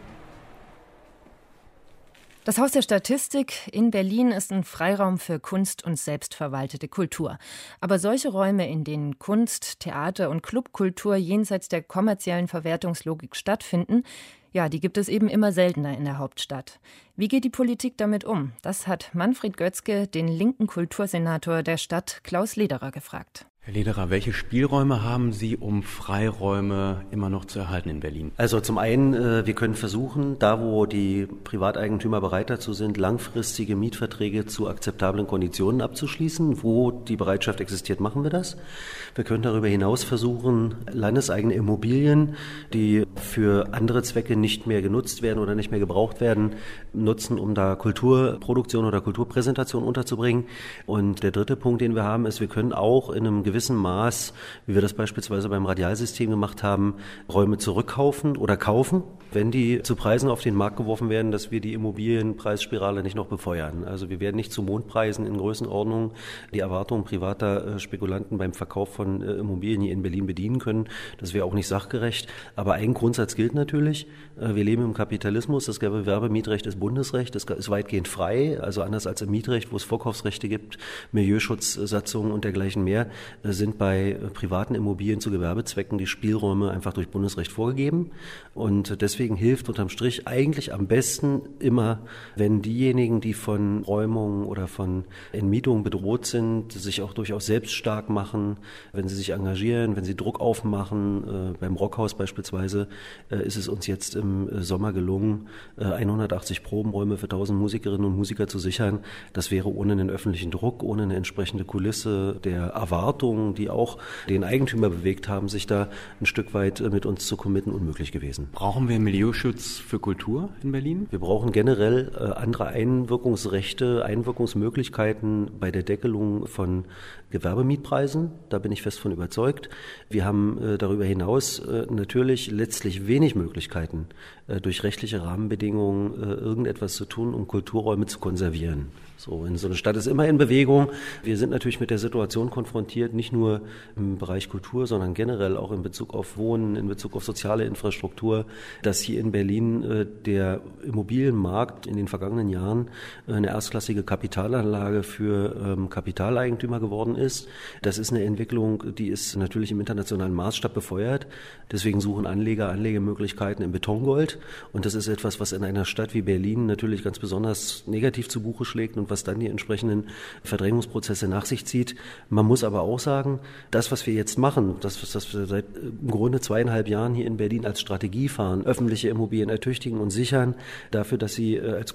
Das Haus der Statistik in Berlin ist ein Freiraum für Kunst und selbstverwaltete Kultur. Aber solche Räume, in denen Kunst, Theater und Clubkultur jenseits der kommerziellen Verwertungslogik stattfinden, ja, die gibt es eben immer seltener in der Hauptstadt. Wie geht die Politik damit um? Das hat Manfred Götzke, den linken Kultursenator der Stadt, Klaus Lederer, gefragt. Herr Lederer, welche Spielräume haben Sie, um Freiräume immer noch zu erhalten in Berlin? Also zum einen, wir können versuchen, da wo die Privateigentümer bereit dazu sind, langfristige Mietverträge zu akzeptablen Konditionen abzuschließen. Wo die Bereitschaft existiert, machen wir das. Wir können darüber hinaus versuchen, landeseigene Immobilien, die für andere Zwecke nicht mehr genutzt werden oder nicht mehr gebraucht werden, nutzen, um da Kulturproduktion oder Kulturpräsentation unterzubringen. Und der dritte Punkt, den wir haben, ist, wir können auch in einem gewissen Maß, wie wir das beispielsweise beim Radialsystem gemacht haben, Räume zurückkaufen oder kaufen, wenn die zu Preisen auf den Markt geworfen werden, dass wir die Immobilienpreisspirale nicht noch befeuern. Also wir werden nicht zu Mondpreisen in Größenordnung die Erwartungen privater Spekulanten beim Verkauf von Immobilien hier in Berlin bedienen können. Das wäre auch nicht sachgerecht. Aber ein Grundsatz gilt natürlich. Wir leben im Kapitalismus. Das Gewerbemietrecht ist Bundesrecht. Das ist weitgehend frei. Also anders als im Mietrecht, wo es Vorkaufsrechte gibt, Milieuschutzsatzungen und dergleichen mehr, sind bei privaten Immobilien zu Gewerbezwecken die Spielräume einfach durch Bundesrecht vorgegeben. Und deswegen hilft unterm Strich eigentlich am besten immer, wenn diejenigen, die von Räumungen oder von Entmietungen bedroht sind, sich auch durchaus selbst stark machen, wenn sie sich engagieren, wenn sie Druck aufmachen. Äh, beim Rockhaus beispielsweise äh, ist es uns jetzt im Sommer gelungen, äh, hundertachtzig Probenräume für tausend Musikerinnen und Musiker zu sichern. Das wäre ohne einen öffentlichen Druck, ohne eine entsprechende Kulisse der Erwartungen, die auch den Eigentümer bewegt haben, sich da ein Stück weit äh, mit uns zu committen, unmöglich gewesen. Brauchen wir Milieuschutz für Kultur in Berlin? Wir brauchen generell äh, andere Einwirkungsrechte, Einwirkungsmöglichkeiten bei der Deckelung von Gewerbemietpreisen. Da bin ich fest von überzeugt. Wir haben äh, darüber hinaus äh, natürlich letztlich wenig Möglichkeiten, äh, durch rechtliche Rahmenbedingungen äh, irgendetwas zu tun, um Kulturräume zu konservieren. So, in so eine Stadt ist immer in Bewegung. Wir sind natürlich mit der Situation konfrontiert, nicht nur im Bereich Kultur, sondern generell auch in Bezug auf Wohnen, in Bezug auf soziale Infrastruktur, dass hier in Berlin äh, der Immobilienmarkt in den vergangenen Jahren äh, eine erstklassige Kapitalanlage für ähm, Kapitaleigentümer geworden ist. Das ist eine Entwicklung, die ist natürlich im internationalen Maßstab befeuert. Deswegen suchen Anleger Anlegemöglichkeiten im Betongold. Und das ist etwas, was in einer Stadt wie Berlin natürlich ganz besonders negativ zu Buche schlägt und was dann die entsprechenden Verdrängungsprozesse nach sich zieht. Man muss aber auch sagen, das, was wir jetzt machen, das, was wir seit im Grunde zweieinhalb Jahren hier in Berlin als Strategie fahren, öffentliche Immobilien ertüchtigen und sichern, dafür, dass sie als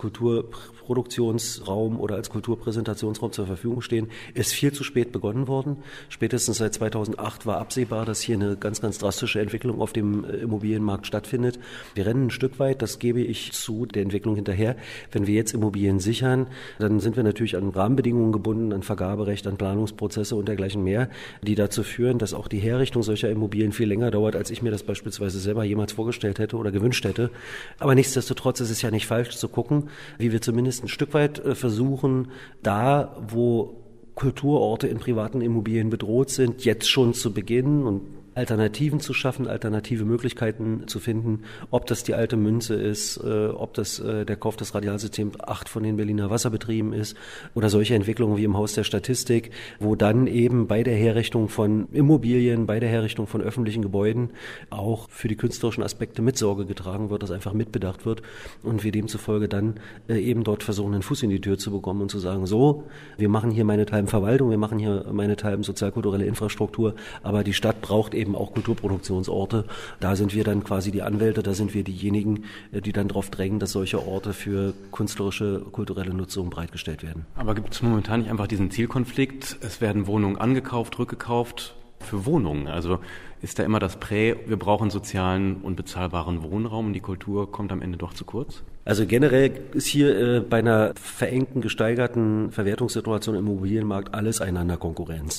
Kulturproduktionsraum oder als Kulturpräsentationsraum zur Verfügung stehen, ist viel zu spät begonnen worden. Spätestens seit zweitausendacht war absehbar, dass hier eine ganz, ganz drastische Entwicklung auf dem Immobilienmarkt stattfindet. Wir rennen ein Stück weit, das gebe ich zu, der Entwicklung hinterher. Wenn wir jetzt Immobilien sichern, dann sind wir natürlich an Rahmenbedingungen gebunden, an Vergaberecht, an Planungsprozesse und dergleichen mehr, die dazu führen, dass auch die Herrichtung solcher Immobilien viel länger dauert, als ich mir das beispielsweise selber jemals vorgestellt hätte oder gewünscht hätte. Aber nichtsdestotrotz ist es ja nicht falsch zu gucken, wie wir zumindest ein Stück weit versuchen, da, wo Kulturorte in privaten Immobilien bedroht sind, jetzt schon zu beginnen und Alternativen zu schaffen, alternative Möglichkeiten zu finden, ob das die alte Münze ist, äh, ob das äh, der Kauf des Radialsystems acht von den Berliner Wasserbetrieben ist oder solche Entwicklungen wie im Haus der Statistik, wo dann eben bei der Herrichtung von Immobilien, bei der Herrichtung von öffentlichen Gebäuden auch für die künstlerischen Aspekte mit Sorge getragen wird, dass einfach mitbedacht wird und wir demzufolge dann äh, eben dort versuchen, einen Fuß in die Tür zu bekommen und zu sagen, so, wir machen hier meinethalben Verwaltung, wir machen hier meinethalben sozialkulturelle Infrastruktur, aber die Stadt braucht eben eben auch Kulturproduktionsorte. Da sind wir dann quasi die Anwälte, da sind wir diejenigen, die dann darauf drängen, dass solche Orte für künstlerische, kulturelle Nutzung bereitgestellt werden. Aber gibt es momentan nicht einfach diesen Zielkonflikt? Es werden Wohnungen angekauft, rückgekauft für Wohnungen. Also ist da immer das Prä, wir brauchen sozialen und bezahlbaren Wohnraum und die Kultur kommt am Ende doch zu kurz? Also generell ist hier äh, bei einer verengten, gesteigerten Verwertungssituation im Immobilienmarkt alles einander Konkurrenz.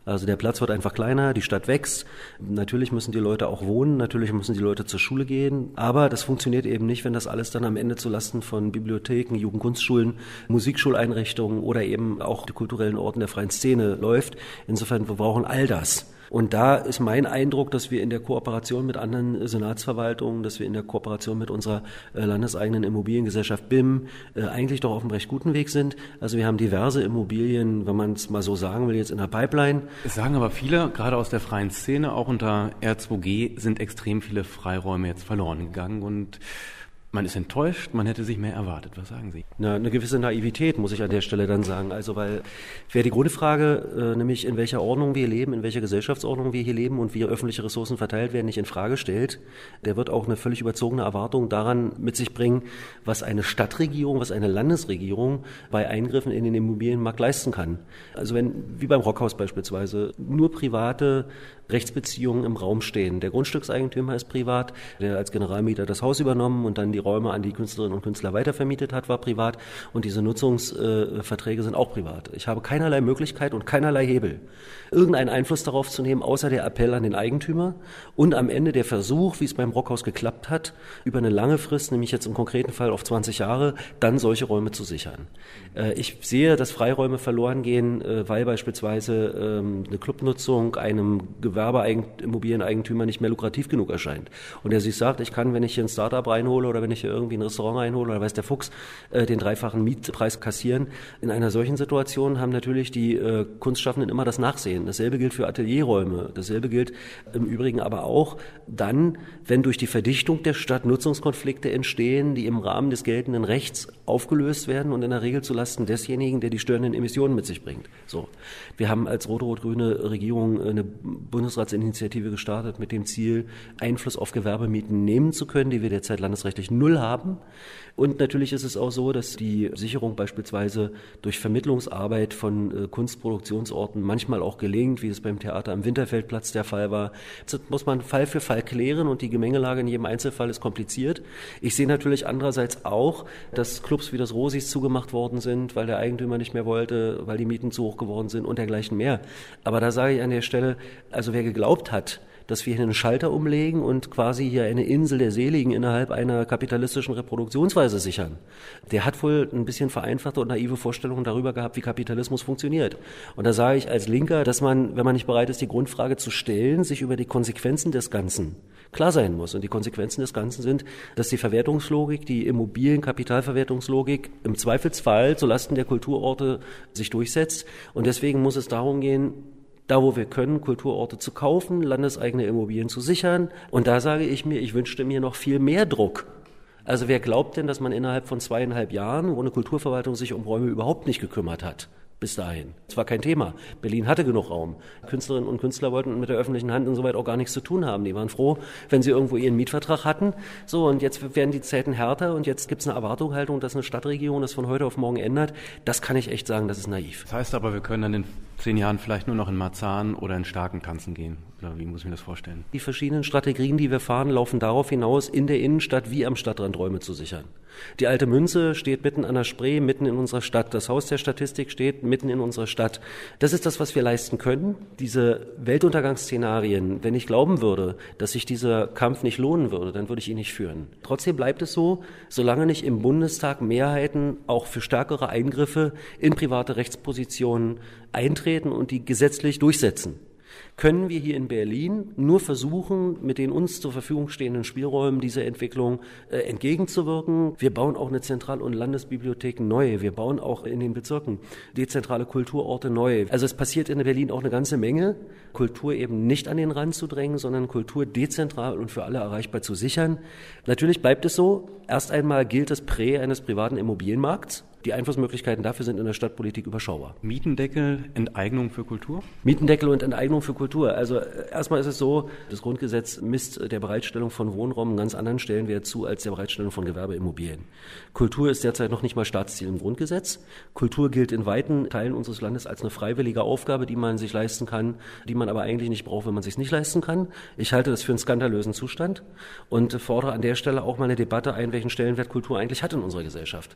Also der Platz wird einfach kleiner, die Stadt wächst. Natürlich müssen die Leute auch wohnen, natürlich müssen die Leute zur Schule gehen. Aber das funktioniert eben nicht, wenn das alles dann am Ende zulasten von Bibliotheken, Jugendkunstschulen, Musikschuleinrichtungen oder eben auch die kulturellen Orten der freien Szene läuft. Insofern, wir brauchen all das. Und da ist mein Eindruck, dass wir in der Kooperation mit anderen Senatsverwaltungen, dass wir in der Kooperation mit unserer landeseigenen Immobiliengesellschaft B I M eigentlich doch auf einem recht guten Weg sind. Also wir haben diverse Immobilien, wenn man es mal so sagen will, jetzt in der Pipeline. Es sagen aber viele, gerade aus der freien Szene, auch unter R zwei G, sind extrem viele Freiräume jetzt verloren gegangen und man ist enttäuscht, man hätte sich mehr erwartet. Was sagen Sie? Na, eine gewisse Naivität, muss ich an der Stelle dann sagen. Also, weil wer die Grundfrage, äh, nämlich in welcher Ordnung wir leben, in welcher Gesellschaftsordnung wir hier leben und wie öffentliche Ressourcen verteilt werden, nicht in Frage stellt, der wird auch eine völlig überzogene Erwartung daran mit sich bringen, was eine Stadtregierung, was eine Landesregierung bei Eingriffen in den Immobilienmarkt leisten kann. Also wenn, wie beim Rockhaus beispielsweise, nur private Rechtsbeziehungen im Raum stehen. Der Grundstückseigentümer ist privat, der als Generalmieter das Haus übernommen und dann die Räume an die Künstlerinnen und Künstler weitervermietet hat, war privat und diese Nutzungsverträge äh, sind auch privat. Ich habe keinerlei Möglichkeit und keinerlei Hebel, irgendeinen Einfluss darauf zu nehmen, außer der Appell an den Eigentümer und am Ende der Versuch, wie es beim Rockhaus geklappt hat, über eine lange Frist, nämlich jetzt im konkreten Fall auf zwanzig Jahre, dann solche Räume zu sichern. Äh, ich sehe, dass Freiräume verloren gehen, äh, weil beispielsweise äh, eine Clubnutzung einem Gewerbeimmobilieneigentümer nicht mehr lukrativ genug erscheint. Und er sich sagt, ich kann, wenn ich hier ein Startup reinhole oder wenn ich hier irgendwie ein Restaurant einhole oder weiß der Fuchs, äh, den dreifachen Mietpreis kassieren. In einer solchen Situation haben natürlich die äh, Kunstschaffenden immer das Nachsehen. Dasselbe gilt für Atelierräume. Dasselbe gilt im Übrigen aber auch dann, wenn durch die Verdichtung der Stadt Nutzungskonflikte entstehen, die im Rahmen des geltenden Rechts aufgelöst werden und in der Regel zulasten desjenigen, der die störenden Emissionen mit sich bringt. So. Wir haben als rot-rot-grüne Regierung eine Bundesratsinitiative gestartet mit dem Ziel, Einfluss auf Gewerbemieten nehmen zu können, die wir derzeit landesrechtlich null haben. Und natürlich ist es auch so, dass die Sicherung beispielsweise durch Vermittlungsarbeit von äh, Kunstproduktionsorten manchmal auch gelingt, wie es beim Theater am Winterfeldplatz der Fall war. Das muss man Fall für Fall klären und die Gemengelage in jedem Einzelfall ist kompliziert. Ich sehe natürlich andererseits auch, dass Clubs wie das Rosis zugemacht worden sind, weil der Eigentümer nicht mehr wollte, weil die Mieten zu hoch geworden sind und dergleichen mehr. Aber da sage ich an der Stelle, also wer geglaubt hat, dass wir hier einen Schalter umlegen und quasi hier eine Insel der Seligen innerhalb einer kapitalistischen Reproduktionsweise sichern. Der hat wohl ein bisschen vereinfachte und naive Vorstellungen darüber gehabt, wie Kapitalismus funktioniert. Und da sage ich als Linker, dass man, wenn man nicht bereit ist, die Grundfrage zu stellen, sich über die Konsequenzen des Ganzen klar sein muss. Und die Konsequenzen des Ganzen sind, dass die Verwertungslogik, die Immobilien-Kapitalverwertungslogik im Zweifelsfall zulasten der Kulturorte sich durchsetzt. Und deswegen muss es darum gehen, da wo wir können, Kulturorte zu kaufen, landeseigene Immobilien zu sichern. Und da sage ich mir, ich wünschte mir noch viel mehr Druck. Also wer glaubt denn, dass man innerhalb von zweieinhalb Jahren, wo eine Kulturverwaltung sich um Räume überhaupt nicht gekümmert hat, bis dahin. Das war kein Thema. Berlin hatte genug Raum. Künstlerinnen und Künstler wollten mit der öffentlichen Hand insoweit auch gar nichts zu tun haben. Die waren froh, wenn sie irgendwo ihren Mietvertrag hatten. So, und jetzt werden die Zeiten härter und jetzt gibt es eine Erwartungshaltung, dass eine Stadtregierung das von heute auf morgen ändert. Das kann ich echt sagen, das ist naiv. Das heißt aber, wir können dann in zehn Jahren vielleicht nur noch in Marzahn oder in Starken tanzen gehen. Oder wie muss ich mir das vorstellen? Die verschiedenen Strategien, die wir fahren, laufen darauf hinaus, in der Innenstadt wie am Stadtrand Räume zu sichern. Die Alte Münze steht mitten an der Spree, mitten in unserer Stadt. Das Haus der Statistik steht mitten in unserer Stadt. Das ist das, was wir leisten können. Diese Weltuntergangsszenarien, wenn ich glauben würde, dass sich dieser Kampf nicht lohnen würde, dann würde ich ihn nicht führen. Trotzdem bleibt es so, solange nicht im Bundestag Mehrheiten auch für stärkere Eingriffe in private Rechtspositionen eintreten und die gesetzlich durchsetzen, können wir hier in Berlin nur versuchen, mit den uns zur Verfügung stehenden Spielräumen dieser Entwicklung äh, entgegenzuwirken. Wir bauen auch eine Zentral- und Landesbibliothek neu. Wir bauen auch in den Bezirken dezentrale Kulturorte neu. Also es passiert in Berlin auch eine ganze Menge, Kultur eben nicht an den Rand zu drängen, sondern Kultur dezentral und für alle erreichbar zu sichern. Natürlich bleibt es so, erst einmal gilt das Prä eines privaten Immobilienmarkts. Die Einflussmöglichkeiten dafür sind in der Stadtpolitik überschaubar. Mietendeckel, Enteignung für Kultur? Mietendeckel und Enteignung für Kultur. Also erstmal ist es so, das Grundgesetz misst der Bereitstellung von Wohnraum einen ganz anderen Stellenwert zu als der Bereitstellung von Gewerbeimmobilien. Kultur ist derzeit noch nicht mal Staatsziel im Grundgesetz. Kultur gilt in weiten Teilen unseres Landes als eine freiwillige Aufgabe, die man sich leisten kann, die man aber eigentlich nicht braucht, wenn man sich nicht leisten kann. Ich halte das für einen skandalösen Zustand und fordere an der Stelle auch mal eine Debatte ein, welchen Stellenwert Kultur eigentlich hat in unserer Gesellschaft.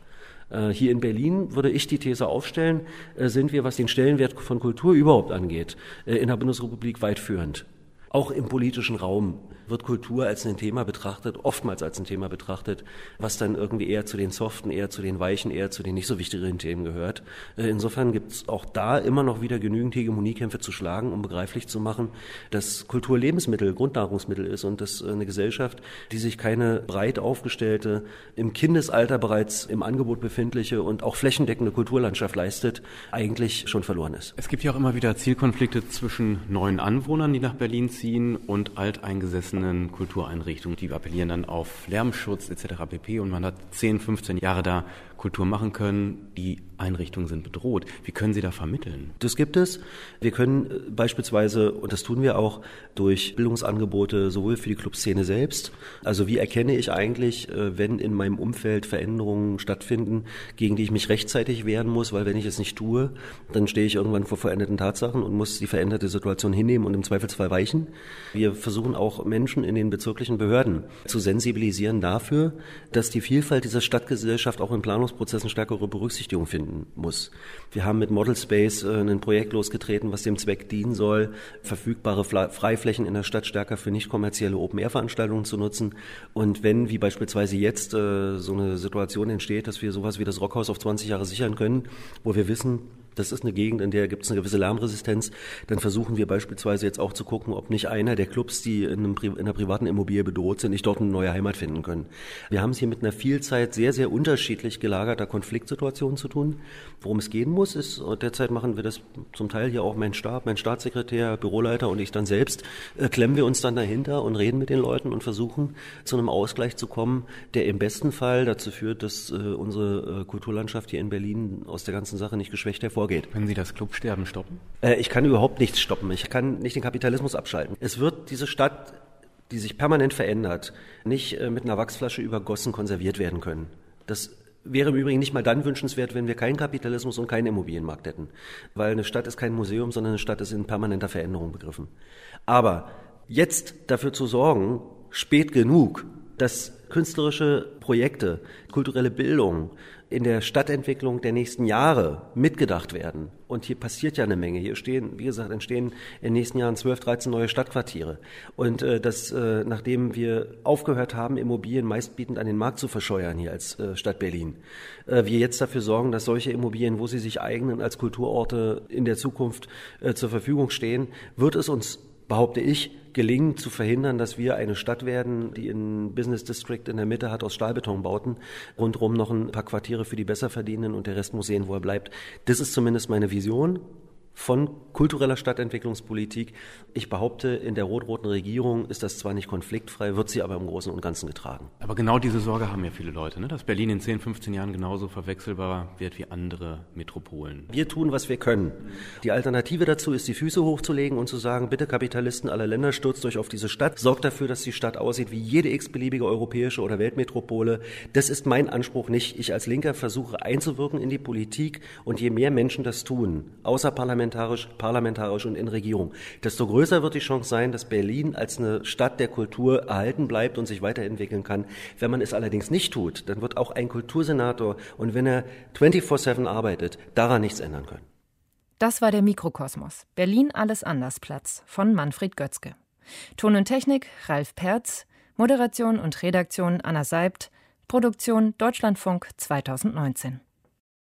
Hier in Berlin würde ich die These aufstellen, sind wir, was den Stellenwert von Kultur überhaupt angeht, in der Bundesrepublik weit führend. Auch im politischen Raum wird Kultur als ein Thema betrachtet, oftmals als ein Thema betrachtet, was dann irgendwie eher zu den soften, eher zu den weichen, eher zu den nicht so wichtigen Themen gehört. Insofern gibt es auch da immer noch wieder genügend Hegemoniekämpfe zu schlagen, um begreiflich zu machen, dass Kultur Lebensmittel, Grundnahrungsmittel ist und dass eine Gesellschaft, die sich keine breit aufgestellte, im Kindesalter bereits im Angebot befindliche und auch flächendeckende Kulturlandschaft leistet, eigentlich schon verloren ist. Es gibt ja auch immer wieder Zielkonflikte zwischen neuen Anwohnern, die nach Berlin ziehen, und alteingesessenen Kultureinrichtungen. Die appellieren dann auf Lärmschutz et cetera pp. Und man hat zehn, fünfzehn Jahre da Kultur machen können. Die Einrichtungen sind bedroht. Wie können Sie da vermitteln? Das gibt es. Wir können beispielsweise, und das tun wir auch, durch Bildungsangebote sowohl für die Clubszene selbst, also wie erkenne ich eigentlich, wenn in meinem Umfeld Veränderungen stattfinden, gegen die ich mich rechtzeitig wehren muss, weil wenn ich es nicht tue, dann stehe ich irgendwann vor veränderten Tatsachen und muss die veränderte Situation hinnehmen und im Zweifelsfall weichen. Wir versuchen auch Menschen in den bezirklichen Behörden zu sensibilisieren dafür, dass die Vielfalt dieser Stadtgesellschaft auch in Planungsprozessen stärkere Berücksichtigung finden muss. Wir haben mit Model Space äh, ein Projekt losgetreten, was dem Zweck dienen soll, verfügbare Fla- Freiflächen in der Stadt stärker für nicht kommerzielle Open-Air-Veranstaltungen zu nutzen. Und wenn, wie beispielsweise jetzt, äh, so eine Situation entsteht, dass wir sowas wie das Rockhaus auf zwanzig Jahre sichern können, wo wir wissen, das ist eine Gegend, in der gibt es eine gewisse Lärmresistenz. Dann versuchen wir beispielsweise jetzt auch zu gucken, ob nicht einer der Clubs, die in, einem, in einer privaten Immobilie bedroht sind, nicht dort eine neue Heimat finden können. Wir haben es hier mit einer Vielzahl sehr, sehr unterschiedlich gelagerter Konfliktsituationen zu tun. Worum es gehen muss, ist, und derzeit machen wir das zum Teil hier auch mein Stab, mein Staatssekretär, Büroleiter und ich dann selbst, äh, klemmen wir uns dann dahinter und reden mit den Leuten und versuchen, zu einem Ausgleich zu kommen, der im besten Fall dazu führt, dass äh, unsere äh, Kulturlandschaft hier in Berlin aus der ganzen Sache nicht geschwächt hervorgeht. Können Sie das Clubsterben stoppen? Äh, ich kann überhaupt nichts stoppen. Ich kann nicht den Kapitalismus abschalten. Es wird diese Stadt, die sich permanent verändert, nicht äh, mit einer Wachsflasche übergossen konserviert werden können. Das wäre im Übrigen nicht mal dann wünschenswert, wenn wir keinen Kapitalismus und keinen Immobilienmarkt hätten. Weil eine Stadt ist kein Museum, sondern eine Stadt ist in permanenter Veränderung begriffen. Aber jetzt dafür zu sorgen, spät genug, dass künstlerische Projekte, kulturelle Bildung in der Stadtentwicklung der nächsten Jahre mitgedacht werden. Und hier passiert ja eine Menge. Hier stehen, wie gesagt, entstehen in den nächsten Jahren zwölf, dreizehn neue Stadtquartiere. Und äh, das, äh, nachdem wir aufgehört haben, Immobilien meistbietend an den Markt zu verscheuern hier als äh, Stadt Berlin, äh, wir jetzt dafür sorgen, dass solche Immobilien, wo sie sich eignen, als Kulturorte in der Zukunft äh, zur Verfügung stehen, wird es uns, behaupte ich, gelingen zu verhindern, dass wir eine Stadt werden, die einen Business District in der Mitte hat aus Stahlbetonbauten, rundherum noch ein paar Quartiere für die Besserverdienenden und der Rest muss sehen, wo er bleibt. Das ist zumindest meine Vision von kultureller Stadtentwicklungspolitik. Ich behaupte, in der rot-roten Regierung ist das zwar nicht konfliktfrei, wird sie aber im Großen und Ganzen getragen. Aber genau diese Sorge haben ja viele Leute, ne? Dass Berlin in zehn, fünfzehn Jahren genauso verwechselbar wird wie andere Metropolen. Wir tun, was wir können. Die Alternative dazu ist, die Füße hochzulegen und zu sagen, bitte Kapitalisten aller Länder, stürzt euch auf diese Stadt, sorgt dafür, dass die Stadt aussieht wie jede x-beliebige europäische oder Weltmetropole. Das ist mein Anspruch nicht. Ich als Linker versuche einzuwirken in die Politik und je mehr Menschen das tun, außerparlamentarisch, parlamentarisch und in Regierung, desto größer wird die Chance sein, dass Berlin als eine Stadt der Kultur erhalten bleibt und sich weiterentwickeln kann. Wenn man es allerdings nicht tut, dann wird auch ein Kultursenator und wenn er vierundzwanzig sieben arbeitet, daran nichts ändern können. Das war der Mikrokosmos. Berlin alles anders Platz von Manfred Götzke. Ton und Technik Ralf Perz, Moderation und Redaktion Anna Seibt, Produktion Deutschlandfunk zweitausendneunzehn.